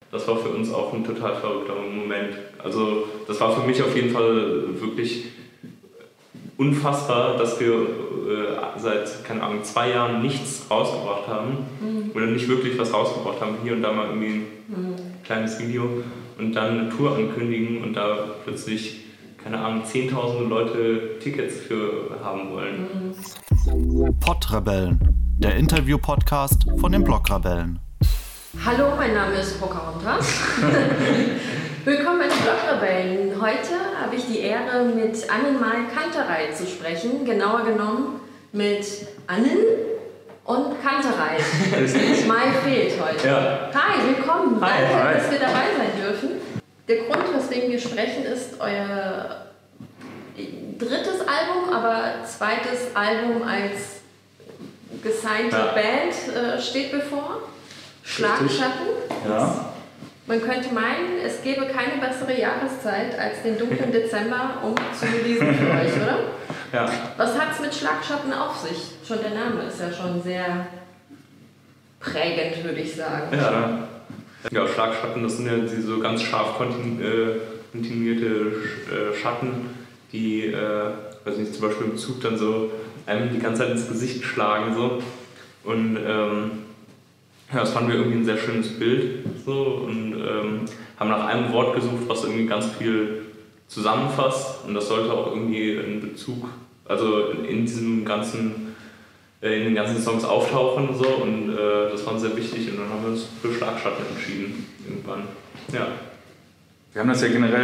das war für uns auch ein total verrückter Moment. Also das war für mich auf jeden Fall wirklich unfassbar, dass wir seit, keine Ahnung, 2 Jahren nichts rausgebracht haben oder nicht wirklich was rausgebracht haben, hier und da mal irgendwie ein kleines Video und dann eine Tour ankündigen und da plötzlich, keine Ahnung, 10.000 Leute Tickets für haben wollen. Podrebellen, der Interview-Podcast von den Blogrebellen. Hallo, mein Name ist Pocahontas. Willkommen bei den Blogrebellen. Heute habe ich die Ehre, mit Annenmal Kantereit zu sprechen. Genauer genommen mit Annen und Kantereit. Mai fehlt heute. Ja. Hi, willkommen. Hi. Danke, Hi. dass wir dabei sein dürfen. Der Grund, weswegen wir sprechen, ist euer drittes Album, aber zweites Album als gesignte Band steht bevor. Schlagschatten. Ja. Man könnte meinen, es gäbe keine bessere Jahreszeit als den dunklen Dezember, um zu releasen für euch, oder? Ja. Was hat es mit Schlagschatten auf sich? Schon der Name ist ja schon sehr prägend, würde ich sagen. Ja, Schlagschatten, das sind ja diese ganz scharf kontinuierte Schatten, die, weiß nicht, zum Beispiel im Zug dann so einem die ganze Zeit ins Gesicht schlagen. So. Und ja, das fanden wir irgendwie ein sehr schönes Bild so, und haben nach einem Wort gesucht, was irgendwie ganz viel zusammenfasst, und das sollte auch irgendwie in Bezug, also in den ganzen Songs auftauchen so, und das war uns sehr wichtig, und dann haben wir uns für Schlagschatten entschieden irgendwann. Ja. Wir haben das ja generell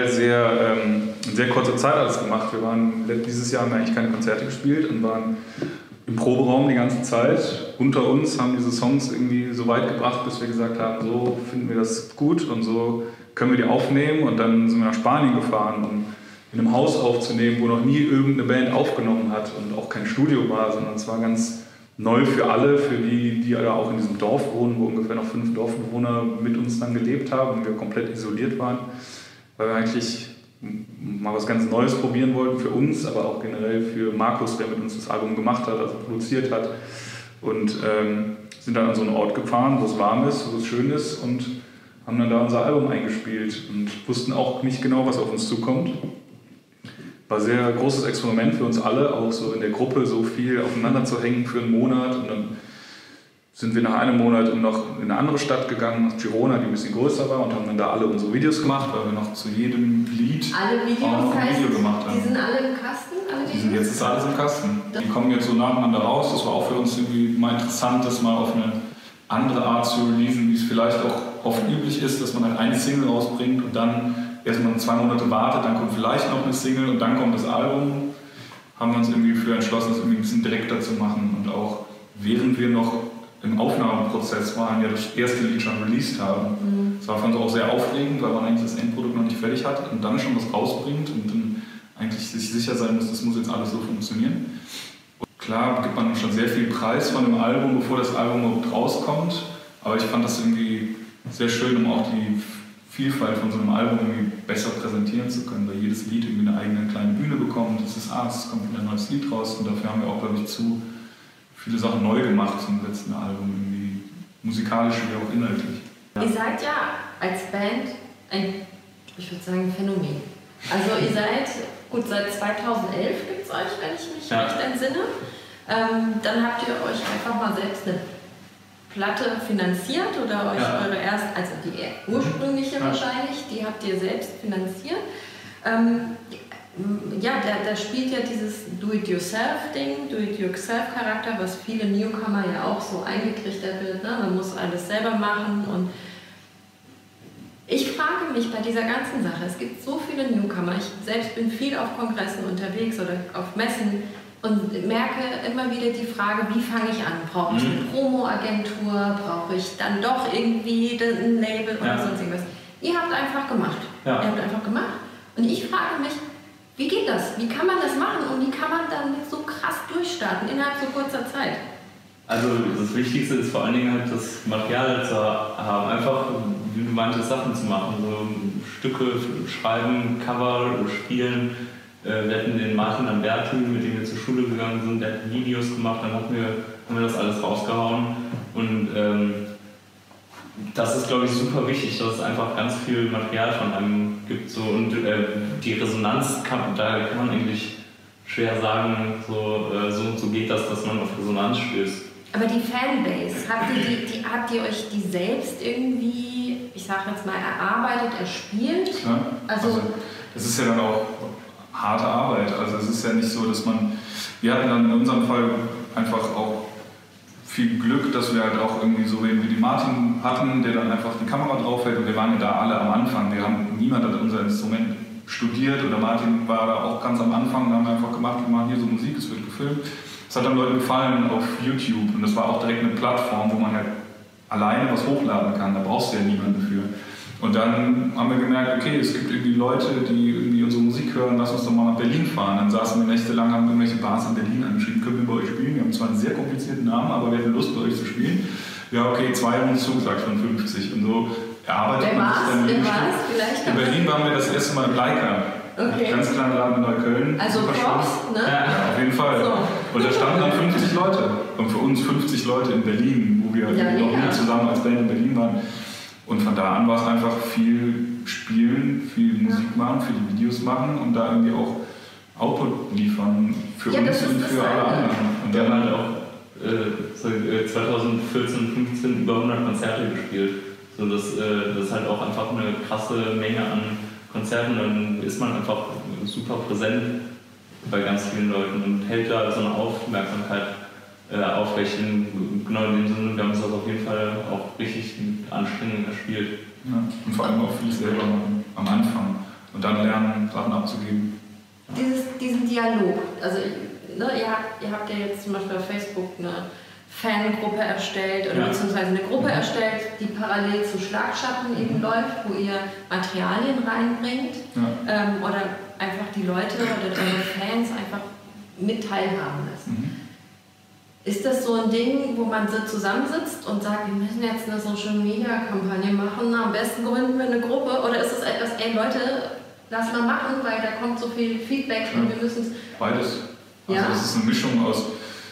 in sehr kurzer Zeit alles gemacht. Dieses Jahr haben wir eigentlich keine Konzerte gespielt und waren im Proberaum die ganze Zeit unter uns, haben diese Songs irgendwie so weit gebracht, bis wir gesagt haben, so finden wir das gut und so können wir die aufnehmen, und dann sind wir nach Spanien gefahren, um in einem Haus aufzunehmen, wo noch nie irgendeine Band aufgenommen hat und auch kein Studio war, sondern es war ganz neu für alle, für die da auch in diesem Dorf wohnen, wo ungefähr noch 5 Dorfbewohner mit uns dann gelebt haben und wir komplett isoliert waren, weil wir eigentlich mal was ganz Neues probieren wollten für uns, aber auch generell für Markus, der mit uns das Album gemacht hat, also produziert hat, und sind dann an so einen Ort gefahren, wo es warm ist, wo es schön ist, und haben dann da unser Album eingespielt und wussten auch nicht genau, was auf uns zukommt. War ein sehr großes Experiment für uns alle, auch so in der Gruppe so viel aufeinander zu hängen für einen Monat, und dann sind wir nach einem Monat noch in eine andere Stadt gegangen, nach Girona, die ein bisschen größer war, und haben dann da alle unsere Videos gemacht, weil wir noch zu jedem Lied Alle Videos auch noch ein Video gemacht haben. Die sind alle im Kasten? Jetzt ist alles im Kasten. Die kommen jetzt so nacheinander raus. Das war auch für uns irgendwie mal interessant, das mal auf eine andere Art zu releasen, wie es vielleicht auch oft üblich ist, dass man halt eine Single rausbringt und dann erstmal 2 Monate wartet, dann kommt vielleicht noch eine Single und dann kommt das Album. Haben wir uns irgendwie für entschlossen, das irgendwie ein bisschen direkter zu machen, und auch während wir noch im Aufnahmeprozess waren, ja das erste Lied schon released haben. Das war für uns auch sehr aufregend, weil man eigentlich das Endprodukt noch nicht fertig hat und dann schon was rausbringt und dann eigentlich sich sicher sein muss, das muss jetzt alles so funktionieren. Und klar gibt man schon sehr viel Preis von dem Album, bevor das Album überhaupt rauskommt, aber ich fand das irgendwie sehr schön, um auch die Vielfalt von so einem Album irgendwie besser präsentieren zu können, weil jedes Lied irgendwie eine eigene kleine Bühne bekommt. Es kommt wieder ein neues Lied raus, und dafür haben wir auch, glaube ich, zu viele Sachen neu gemacht zum letzten Album, irgendwie musikalisch wie auch inhaltlich. Ja. Ihr seid ja als Band ich würde sagen, Phänomen. Also ihr seid, gut, seit 2011 gibt es euch, wenn ich mich recht entsinne. Dann habt ihr euch einfach mal selbst eine Platte finanziert oder euch eure erste, also die ursprüngliche wahrscheinlich, die habt ihr selbst finanziert. Da spielt ja dieses Do-it-yourself-Ding, Do-it-yourself-Charakter, was viele Newcomer ja auch so eingetrichtert wird. Ne? Man muss alles selber machen, und ich frage mich bei dieser ganzen Sache, es gibt so viele Newcomer, ich selbst bin viel auf Kongressen unterwegs oder auf Messen und merke immer wieder die Frage, wie fange ich an? Brauche ich eine Promo-Agentur? Brauche ich dann doch irgendwie ein Label oder sonst irgendwas? Ihr habt einfach gemacht. Ja. Ihr habt einfach gemacht, und ich frage mich, wie geht das? Wie kann man das machen, und wie kann man dann so krass durchstarten innerhalb so kurzer Zeit? Also das Wichtigste ist vor allen Dingen halt das Material zu haben, einfach wie du meintest, Sachen zu machen, so Stücke schreiben, Cover spielen. Wir hatten den Martin Lamberti, mit dem wir zur Schule gegangen sind, der hat Videos gemacht, dann haben wir das alles rausgehauen, und das ist, glaube ich, super wichtig, dass es einfach ganz viel Material von einem gibt. So, und die Resonanz, da kann man eigentlich schwer sagen, so und so geht das, dass man auf Resonanz stößt. Aber die Fanbase, habt ihr euch die selbst irgendwie, ich sag jetzt mal, erarbeitet, erspielt? Ja, also es ist ja dann auch harte Arbeit. Also es ist ja nicht so, dass wir hatten dann in unserem Fall einfach auch viel Glück, dass wir halt auch irgendwie so wie die Martin hatten, der dann einfach die Kamera draufhält, und wir waren ja da alle am Anfang. Niemand hat unser Instrument studiert, oder Martin war da auch ganz am Anfang, da haben wir einfach gemacht, wir machen hier so Musik, es wird gefilmt. Es hat dann Leuten gefallen auf YouTube, und das war auch direkt eine Plattform, wo man halt alleine was hochladen kann, da brauchst du ja niemanden dafür. Und dann haben wir gemerkt, okay, es gibt irgendwie Leute, die irgendwie unsere Musik hören, lass uns doch mal nach Berlin fahren. Dann saßen wir nächtelang, haben irgendwelche Bars in Berlin angeschrieben, können wir bei euch spielen? Wir haben zwar einen sehr komplizierten Namen, aber wir hätten Lust, bei euch zu spielen. Ja, okay, 2 haben uns zugesagt von 50. Und so erarbeitet man sich dann in Berlin waren wir das erste Mal im Leica. Okay. Ganz kleiner Laden in Neukölln. Also Props, ne? Ja, auf jeden Fall. So. Und da standen dann 50 Leute. Und für uns 50 Leute in Berlin, wo wir noch nie zusammen als Band in Berlin waren. Und von da an war es einfach viel spielen, viel Musik machen, viele Videos machen und da irgendwie auch Output liefern für uns und für alle anderen. Und wir haben halt auch 2014 und 2015 über 100 Konzerte gespielt. So, das ist halt auch einfach eine krasse Menge an Konzerten. Dann ist man einfach super präsent bei ganz vielen Leuten und hält da so eine Aufmerksamkeit aufrecht. Genau in dem Sinne, wir haben es das auf jeden Fall auch richtig anstrengend erspielt. Ja, und vor allem auch viel selber machen am Anfang und dann lernen, Sachen abzugeben. Diesen Dialog, also ihr habt ja jetzt zum Beispiel auf Facebook eine Fangruppe erstellt oder beziehungsweise eine Gruppe erstellt, die parallel zu Schlagschatten eben läuft, wo ihr Materialien reinbringt oder einfach die Leute oder eure Fans einfach mit teilhaben lassen. Ist das so ein Ding, wo man so zusammensitzt und sagt, wir müssen jetzt eine Social-Media-Kampagne machen, am besten gründen wir eine Gruppe? Oder ist es etwas, ey Leute, lass mal machen, weil da kommt so viel Feedback und wir müssen es... Beides. Also das ist eine Mischung aus,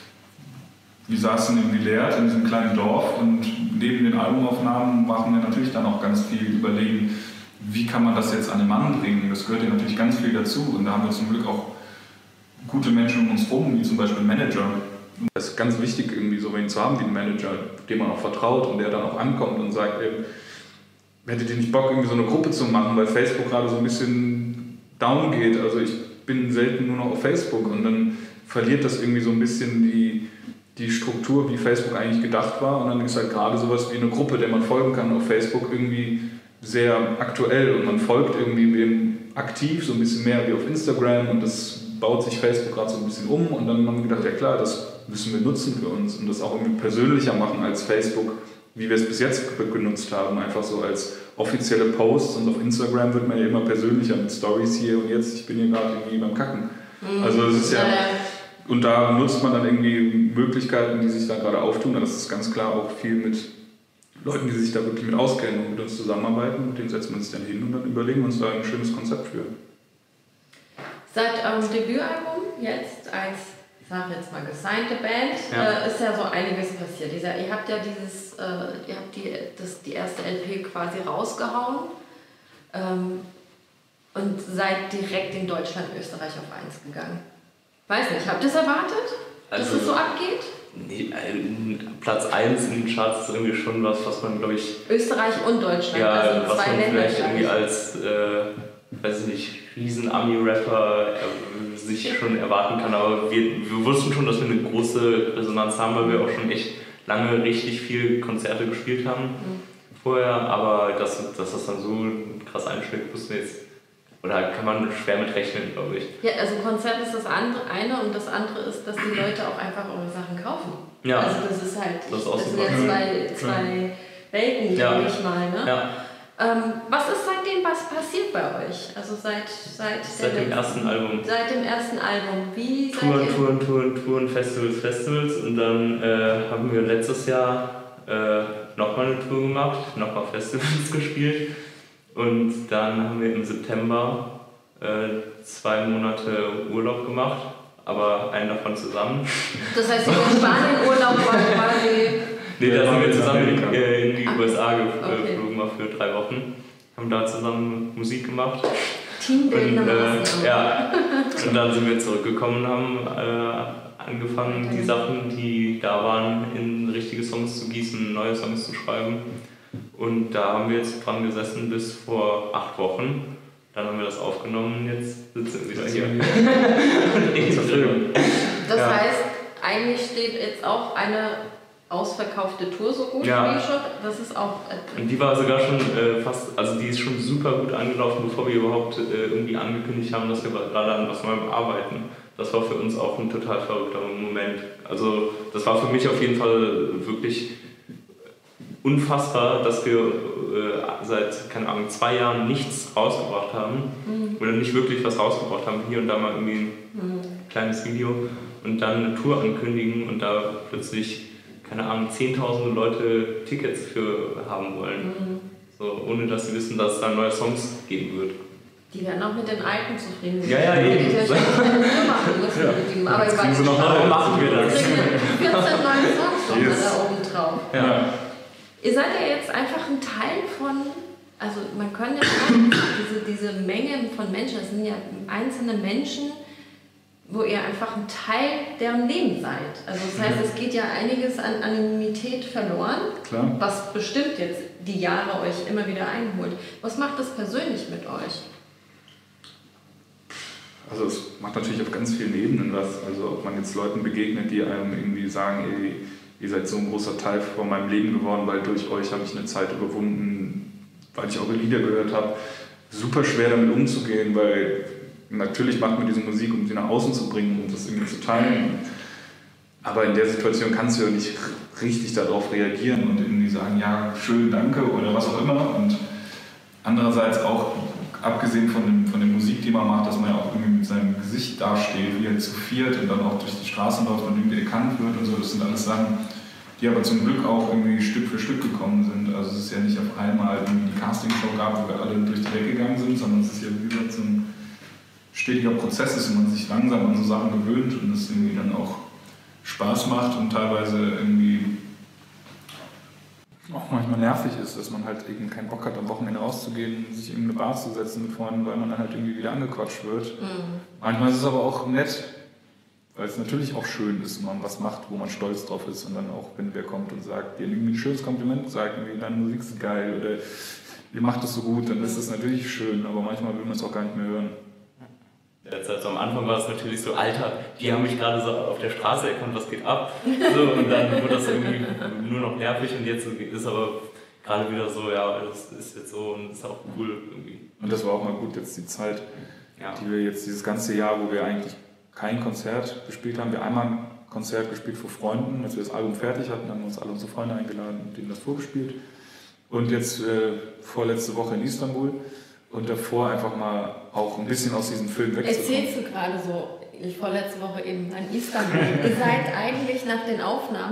wir saßen in Villert, in diesem kleinen Dorf, und neben den Albumaufnahmen machen wir natürlich dann auch ganz viel überlegen, wie kann man das jetzt an den Mann bringen. Das gehört ja natürlich ganz viel dazu, und da haben wir zum Glück auch gute Menschen um uns herum, wie zum Beispiel Manager. Das ist ganz wichtig, irgendwie so wen zu haben wie einen Manager, dem man auch vertraut und der dann auch ankommt und sagt, hättet ihr nicht Bock, irgendwie so eine Gruppe zu machen, weil Facebook gerade so ein bisschen down geht. Also ich bin selten nur noch auf Facebook, und dann verliert das irgendwie so ein bisschen die Struktur, wie Facebook eigentlich gedacht war, und dann ist halt gerade sowas wie eine Gruppe, der man folgen kann auf Facebook, irgendwie sehr aktuell, und man folgt irgendwie wem aktiv, so ein bisschen mehr wie auf Instagram, und das baut sich Facebook gerade so ein bisschen um, und dann haben wir gedacht, ja klar, das müssen wir nutzen für uns und das auch irgendwie persönlicher machen als Facebook, wie wir es bis jetzt genutzt haben, einfach so als offizielle Posts, und auf Instagram wird man ja immer persönlicher mit Stories hier und jetzt, ich bin hier gerade irgendwie beim Kacken. Also es ist ja, und da nutzt man dann irgendwie Möglichkeiten, die sich da gerade auftun, das ist ganz klar auch viel mit Leuten, die sich da wirklich mit auskennen und mit uns zusammenarbeiten, mit denen setzen wir uns dann hin und dann überlegen wir uns da ein schönes Konzept für. Seit eurem Debütalbum jetzt als, ich sage jetzt mal, gesignte Band, ist ja so einiges passiert. Ihr habt ja die erste LP quasi rausgehauen und seid direkt in Deutschland, Österreich auf 1 gegangen. Weiß nicht, habt ihr es erwartet, dass es so abgeht? Nee, Platz 1 in den Charts ist irgendwie schon was man, glaube ich... Österreich und Deutschland, ja, also was zwei man Länder. Vielleicht irgendwie als, weiß ich nicht, Riesen-Ami-Rapper sich schon erwarten kann, aber wir wussten schon, dass wir eine große Resonanz haben, weil wir auch schon echt lange richtig viel Konzerte gespielt haben vorher, aber dass das dann so krass einschlägt, wussten wir jetzt, oder kann man schwer mit rechnen, glaube ich. Ja, also Konzert ist das eine und das andere ist, dass die Leute auch einfach eure Sachen kaufen. Ja. Also das ist halt, das sind ja zwei Welten, sage ich mal. Ne? Ja. Was ist seitdem passiert bei euch? Also seit dem ersten Album. Seit dem ersten Album. Wie Touren, Festivals, und dann haben wir letztes Jahr nochmal eine Tour gemacht, nochmal Festivals gespielt, und dann haben wir im September 2 Monate Urlaub gemacht, aber einen davon zusammen. Das heißt, der Spanien-Urlaub war quasi... Nee, da sind wir zusammen in die USA geflogen, mal für 3 Wochen. Haben da zusammen Musik gemacht. Teambildnermaßnahmen. Ja, und dann sind wir zurückgekommen und haben angefangen, die Sachen, die da waren, in richtige Songs zu gießen, neue Songs zu schreiben. Und da haben wir jetzt dran gesessen bis vor 8 Wochen. Dann haben wir das aufgenommen und jetzt sitzen wir wieder hier. Das heißt, eigentlich steht jetzt auch eine ausverkaufte Tour so gut wie schon. Das ist auch. Und die war sogar schon fast, also die ist schon super gut angelaufen, bevor wir überhaupt irgendwie angekündigt haben, dass wir gerade an was Neuem arbeiten. Das war für uns auch ein total verrückter Moment. Also das war für mich auf jeden Fall wirklich unfassbar, dass wir seit, keine Ahnung, 2 Jahren nichts rausgebracht haben oder nicht wirklich was rausgebracht haben, hier und da mal irgendwie ein kleines Video und dann eine Tour ankündigen und da plötzlich, keine Ahnung, 10.000 Leute Tickets für haben wollen, so, ohne dass sie wissen, dass es da neue Songs geben wird. Die werden auch mit den alten zufrieden sein. Ja, eben. Die machen müssen. Aber ich weiß nicht, warum machen wir das? 14 neue Songs noch da oben drauf. Ja. Ihr seid ja jetzt einfach ein Teil von, also man kann ja sagen, diese Menge von Menschen, das sind ja einzelne Menschen, wo ihr einfach ein Teil deren Leben seid. Also das heißt, es geht ja einiges an Anonymität verloren, Klar. was bestimmt jetzt die Jahre euch immer wieder einholt. Was macht das persönlich mit euch? Also es macht natürlich auf ganz vielen Ebenen was. Also ob man jetzt Leuten begegnet, die einem irgendwie sagen, ey, ihr seid so ein großer Teil von meinem Leben geworden, weil durch euch habe ich eine Zeit überwunden, weil ich eure Lieder gehört habe. Super schwer damit umzugehen, weil natürlich macht man diese Musik, um sie nach außen zu bringen und das irgendwie zu teilen. Aber in der Situation kannst du ja nicht richtig darauf reagieren und irgendwie sagen, ja, schön, danke oder was auch immer. Und andererseits auch, abgesehen von der Musik, die man macht, dass man ja auch irgendwie mit seinem Gesicht dasteht, wie er zu viert und dann auch durch die Straßen läuft und irgendwie erkannt wird und so. Das sind alles Sachen, die aber zum Glück auch irgendwie Stück für Stück gekommen sind. Also es ist ja nicht auf einmal irgendwie die Castingshow gab, wo wir alle durch die Decke gegangen sind, sondern es ist ja wie gesagt so ein stetiger Prozess ist und man sich langsam an so Sachen gewöhnt und es irgendwie dann auch Spaß macht und teilweise irgendwie auch manchmal nervig ist, dass man halt eben keinen Bock hat, am Wochenende rauszugehen und sich in eine Bar zu setzen mit Freunden, weil man dann halt irgendwie wieder angequatscht wird. Manchmal ist es aber auch nett, weil es natürlich auch schön ist, wenn man was macht, wo man stolz drauf ist und dann auch, wenn wer kommt und sagt, dir irgendwie ein schönes Kompliment sagt, irgendwie, deine Musik ist geil oder ihr macht das so gut, dann ist das natürlich schön, aber manchmal will man es auch gar nicht mehr hören. Also am Anfang war es natürlich so, Alter, die haben mich gerade so auf der Straße erkannt, was geht ab? So, und dann wurde das irgendwie nur noch nervig und jetzt ist aber gerade wieder so, ja, das ist jetzt so und ist auch cool irgendwie. Und das war auch mal gut jetzt die Zeit, die wir jetzt dieses ganze Jahr, wo wir eigentlich kein Konzert gespielt haben, wir einmal ein Konzert gespielt vor Freunden, als wir das Album fertig hatten, haben wir uns alle unsere Freunde eingeladen und denen das vorgespielt. Und jetzt vorletzte Woche in Istanbul. Und davor einfach mal auch ein bisschen aus diesem Film wegzukommen. Erzählst du gerade so, vorletzte Woche eben in Istanbul. Ihr seid eigentlich nach den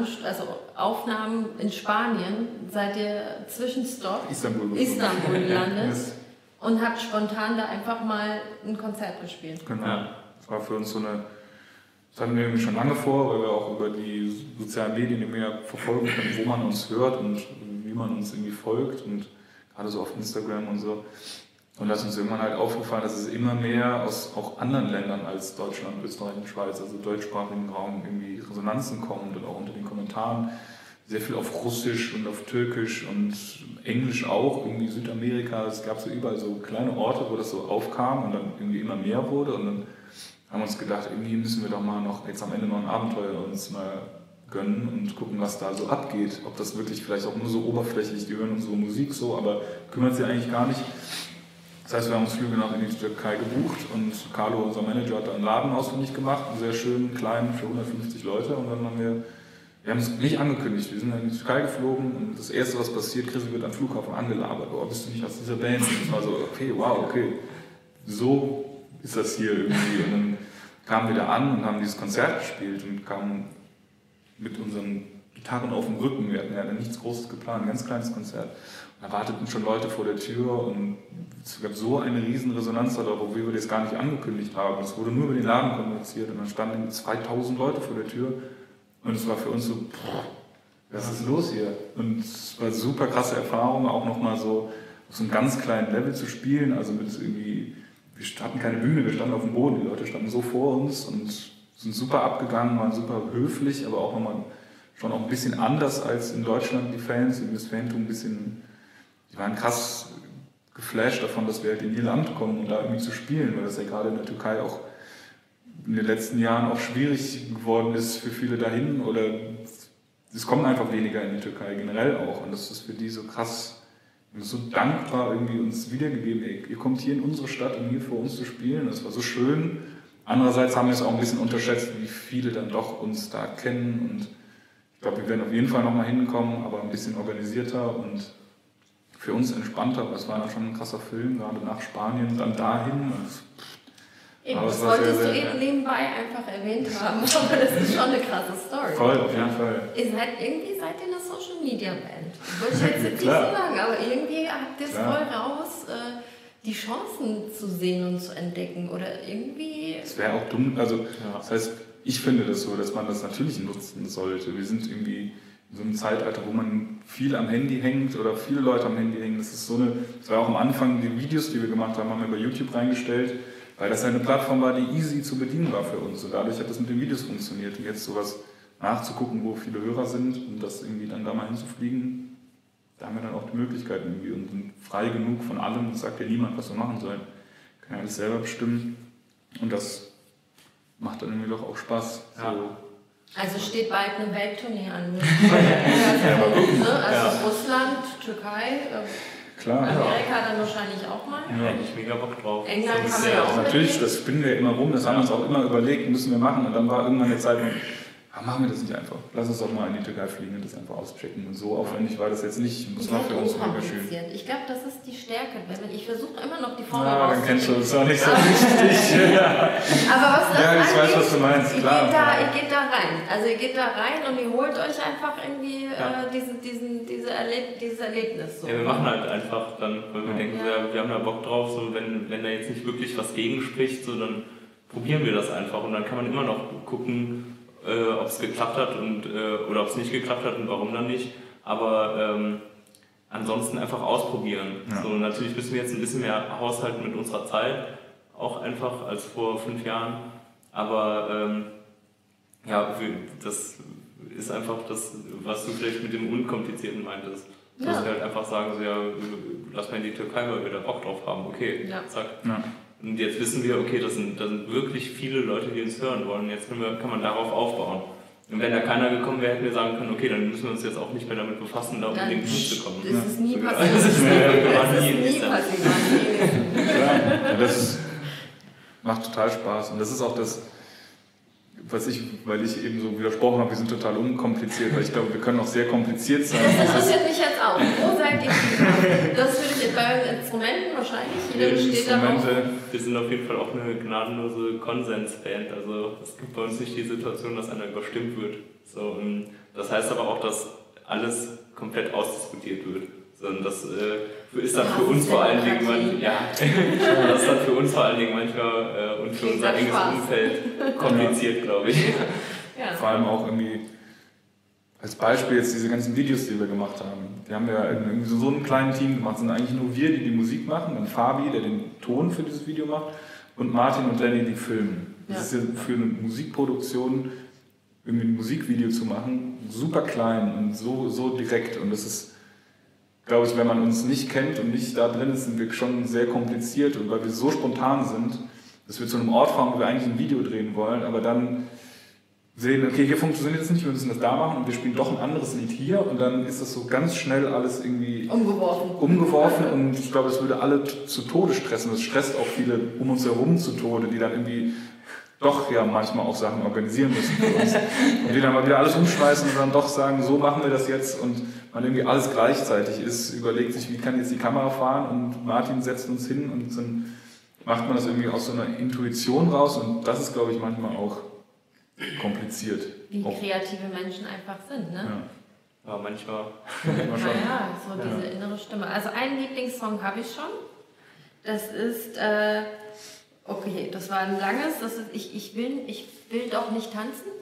Aufnahmen in Spanien, seid ihr Zwischenstopp Istanbul gelandet und habt spontan da einfach mal ein Konzert gespielt. Genau. Das war für uns so eine, das hatten wir irgendwie schon lange vor, weil wir auch über die sozialen Medien immer mehr verfolgen können, wo man uns hört und wie man uns irgendwie folgt und gerade so auf Instagram und so. Und da ist uns irgendwann halt aufgefallen, dass es immer mehr aus auch anderen Ländern als Deutschland, Österreich und Schweiz, also deutschsprachigen Raum, irgendwie Resonanzen kommen und auch unter den Kommentaren sehr viel auf Russisch und auf Türkisch und Englisch auch, irgendwie Südamerika. Es gab so überall so kleine Orte, wo das so aufkam und dann irgendwie immer mehr wurde. Und dann haben wir uns gedacht, irgendwie müssen wir doch mal noch jetzt am Ende noch ein Abenteuer uns mal gönnen und gucken, was da so abgeht. Ob das wirklich vielleicht auch nur so oberflächlich, die hören unsere Musik so, aber kümmert sie eigentlich gar nicht. Das heißt, wir haben uns Flüge nach in die Türkei gebucht und Carlo, unser Manager, hat einen Laden ausfindig gemacht, einen sehr schönen, kleinen, für 150 Leute. Und dann haben wir haben es nicht angekündigt, wir sind in die Türkei geflogen und das Erste, was passiert, Chris wird am Flughafen angelabert. Oh, bist du nicht aus dieser Band? Und das war so, okay, wow, okay, so ist das hier irgendwie. Und dann kamen wir da an und haben dieses Konzert gespielt und kamen mit unseren Gitarren auf dem Rücken. Wir hatten ja nichts Großes geplant, ein ganz kleines Konzert. Da warteten schon Leute vor der Tür und es gab so eine riesen Resonanz darauf, obwohl wir das gar nicht angekündigt haben. Es wurde nur über den Laden kommuniziert und dann standen 2000 Leute vor der Tür und es war für uns so, was ist los hier? Und es war eine super krasse Erfahrung, auch nochmal so auf so einem ganz kleinen Level zu spielen, also mit irgendwie, wir hatten keine Bühne, wir standen auf dem Boden, die Leute standen so vor uns und sind super abgegangen, waren super höflich, aber auch nochmal schon auch ein bisschen anders als in Deutschland die Fans, das Fantum ein bisschen, die waren krass geflasht davon, dass wir halt in ihr Land kommen, um da irgendwie zu spielen, weil das ja gerade in der Türkei auch in den letzten Jahren auch schwierig geworden ist für viele dahin oder es kommen einfach weniger in die Türkei generell auch und das ist für die so krass, so dankbar irgendwie uns wiedergegeben, ey, ihr kommt hier in unsere Stadt, um hier vor uns zu spielen, das war so schön. Andererseits haben wir es auch ein bisschen unterschätzt, wie viele dann doch uns da kennen und ich glaube, wir werden auf jeden Fall nochmal hinkommen, aber ein bisschen organisierter und für uns entspannter, weil es war dann schon ein krasser Film, gerade nach Spanien, dann dahin. Eben, das wolltest du eben nebenbei einfach erwähnt haben, aber das ist schon eine krasse Story. Voll, auf jeden Fall. Seid ihr eine Social-Media-Band. Wollte ich jetzt nicht so sagen, aber irgendwie habt ihr es voll raus, die Chancen zu sehen und zu entdecken oder irgendwie... Es wäre auch dumm, also das heißt, ich finde das so, dass man das natürlich nutzen sollte. Wir sind irgendwie in so einem Zeitalter, wo man viel am Handy hängt oder viele Leute am Handy hängen. Das war auch am Anfang, die Videos, die wir gemacht haben, haben wir bei YouTube reingestellt, weil das eine Plattform war, die easy zu bedienen war für uns. Und dadurch hat das mit den Videos funktioniert. Und jetzt sowas nachzugucken, wo viele Hörer sind und das irgendwie dann da mal hinzufliegen, da haben wir dann auch die Möglichkeit irgendwie und sind frei genug von allem. Das sagt ja niemand, was wir machen sollen. Kann ja alles selber bestimmen. Und das macht dann irgendwie doch auch Spaß. Ja. So. Also steht bald eine Welttournee an. Ja, Russland, Türkei, klar. Amerika dann wahrscheinlich auch mal. Ja, eigentlich mega Bock drauf. England kann man ja auch. Natürlich, das spinnen wir immer rum, das haben wir uns auch immer überlegt, müssen wir machen. Und dann war irgendwann eine Zeit, machen wir das nicht einfach. Lass uns doch mal in die Türkei fliegen und das einfach auschecken. Und so aufwendig war das jetzt nicht. Das war für uns mega schön. Ich glaube, das ist die Stärke. Ich versuche immer noch die Formel rauszukriegen. Dann kennst du das auch nicht so richtig. Aber was das ja, ich weiß, was du meinst. Klar. Ihr geht da rein. Also ihr geht da rein und ihr holt euch einfach irgendwie dieses Erlebnis. So. Ja, wir machen halt einfach dann, weil wir denken, wir haben da Bock drauf. So, wenn da jetzt nicht wirklich was gegenspricht, so, dann probieren wir das einfach. Und dann kann man immer noch gucken, ob es geklappt hat oder ob es nicht geklappt hat und warum dann nicht. Aber ansonsten einfach ausprobieren. Ja. So, natürlich müssen wir jetzt ein bisschen mehr haushalten mit unserer Zeit, auch einfach als vor 5 Jahren. Aber das ist einfach das, was du vielleicht mit dem Unkomplizierten meintest. Ja. Dass wir halt einfach sagen, so, ja, lass mal in die Türkei, weil wir da Bock drauf haben. Okay, zack. Ja. Und jetzt wissen wir, okay, da sind wirklich viele Leute, die uns hören wollen. Jetzt kann man darauf aufbauen. Und wenn da keiner gekommen wäre, hätten wir sagen können, okay, dann müssen wir uns jetzt auch nicht mehr damit befassen, da unbedingt hinzukommen. Das ist nie passiert. Das ist nie passiert. Ja, das macht total Spaß. Und das ist auch das, weil ich eben so widersprochen habe, wir sind total unkompliziert, weil ich glaube, wir können auch sehr kompliziert sein. Das interessiert mich jetzt auch. Wo seid ihr? Das würde ich bei Instrumenten wahrscheinlich. Jeder steht da drauf. Wir sind auf jeden Fall auch eine gnadenlose Konsensband. Also es gibt bei uns nicht die Situation, dass einer überstimmt wird. So, das heißt aber auch, dass alles komplett ausdiskutiert wird. Und das ist dann für uns vor allen Dingen manchmal und für unser enges Umfeld kompliziert, glaube ich. Ja. Vor allem auch irgendwie als Beispiel jetzt diese ganzen Videos, die wir gemacht haben. Die haben wir in so einem kleinen Team gemacht. Es sind eigentlich nur wir, die Musik machen, dann Fabi, der den Ton für dieses Video macht, und Martin und Lenny, die filmen. Das ist ja für eine Musikproduktion, irgendwie ein Musikvideo zu machen, super klein und so direkt. Und das ist, glaube ich, wenn man uns nicht kennt und nicht da drin ist, sind wir schon sehr kompliziert. Und weil wir so spontan sind, dass wir zu einem Ort fahren, wo wir eigentlich ein Video drehen wollen, aber dann sehen, okay, hier funktioniert es nicht, wir müssen das da machen und wir spielen doch ein anderes Lied hier und dann ist das so ganz schnell alles irgendwie umgeworfen und ich glaube, das würde alle zu Tode stressen. Das stresst auch viele um uns herum zu Tode, die dann irgendwie doch ja manchmal auch Sachen organisieren müssen für uns und die dann mal wieder alles umschmeißen und dann doch sagen, so machen wir das jetzt und man irgendwie alles gleichzeitig ist, überlegt sich, wie kann jetzt die Kamera fahren und Martin setzt uns hin und dann macht man das irgendwie aus so einer Intuition raus und das ist, glaube ich, manchmal auch kompliziert. Wie kreative Menschen einfach sind, ne? Ja, manchmal. Naja, so diese innere Stimme. Also einen Lieblingssong habe ich schon. Das ist, okay, das war ein langes, das ist Ich will doch nicht tanzen.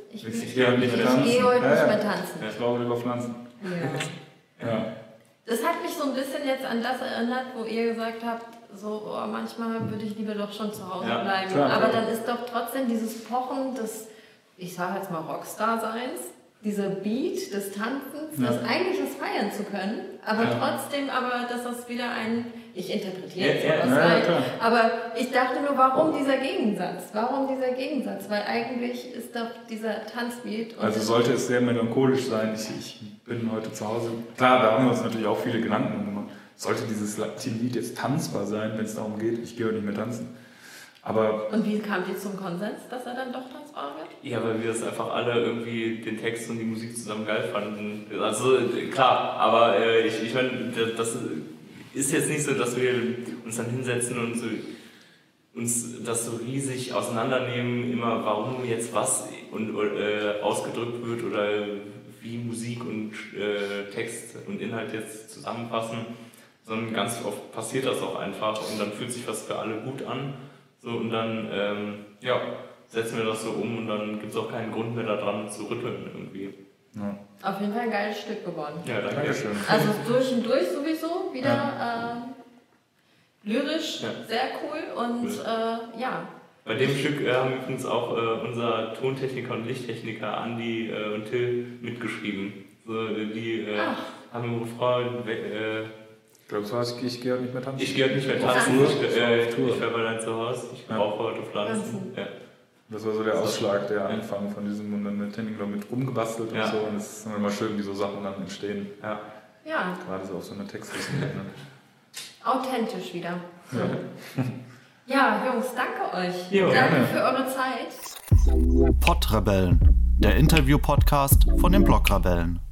Ich gehe heute nicht mehr tanzen. Ich gehe heute nicht mehr tanzen. Ich glaube über Pflanzen. Ja. Das hat mich so ein bisschen jetzt an das erinnert, wo ihr gesagt habt, so manchmal würde ich lieber doch schon zu Hause bleiben. Klar, aber dann ist doch trotzdem dieses Pochen des, ich sage jetzt mal Rockstar-Seins, dieser Beat des Tanzens, das eigentlich was feiern zu können, aber trotzdem, dass das wieder ich interpretiere jetzt was rein, aber ich dachte nur, warum dieser Gegensatz? Weil eigentlich ist doch dieser Tanzbeat... Also sollte es sehr melancholisch sein, ich bin heute zu Hause. Klar, da haben wir uns natürlich auch viele Gedanken gemacht. Sollte dieses Lied jetzt tanzbar sein, wenn es darum geht, ich gehe heute nicht mehr tanzen. Und wie kamt ihr zum Konsens, dass er dann doch tanzbar wird? Ja, weil wir das einfach alle irgendwie den Text und die Musik zusammen geil fanden. Also klar, aber ich meine, das ist jetzt nicht so, dass wir uns dann hinsetzen und so, uns das so riesig auseinandernehmen, immer warum jetzt was ausgedrückt wird oder wie Musik und Text und Inhalt jetzt zusammenpassen, sondern ganz oft passiert das auch einfach und dann fühlt sich was für alle gut an. So, und dann setzen wir das so um und dann gibt es auch keinen Grund mehr daran zu rütteln irgendwie. Ja. Auf jeden Fall ein geiles Stück geworden. Ja, danke schön. Also durch und durch sowieso wieder lyrisch, sehr cool und Bei dem Stück haben übrigens auch unser Tontechniker und Lichttechniker Andi und Till mitgeschrieben. So, die haben im Refrain ich glaube, das heißt, ich gehe heute nicht mehr tanzen. Ich gehe heute nicht mehr tanzen. Ich war bei deinem Zuhause. Ich brauche heute Pflanzen. Ja. Das war so der Ausschlag, der Anfang von diesem und dann mit Henning mit rumgebastelt und so. Und es ist immer schön, wie so Sachen dann entstehen. Ja. Gerade so auf so einer Textliste. Authentisch wieder. Ja, Jungs, danke euch. Jo, danke für eure Zeit. Podrebellen, der Interview-Podcast von den Blogrebellen.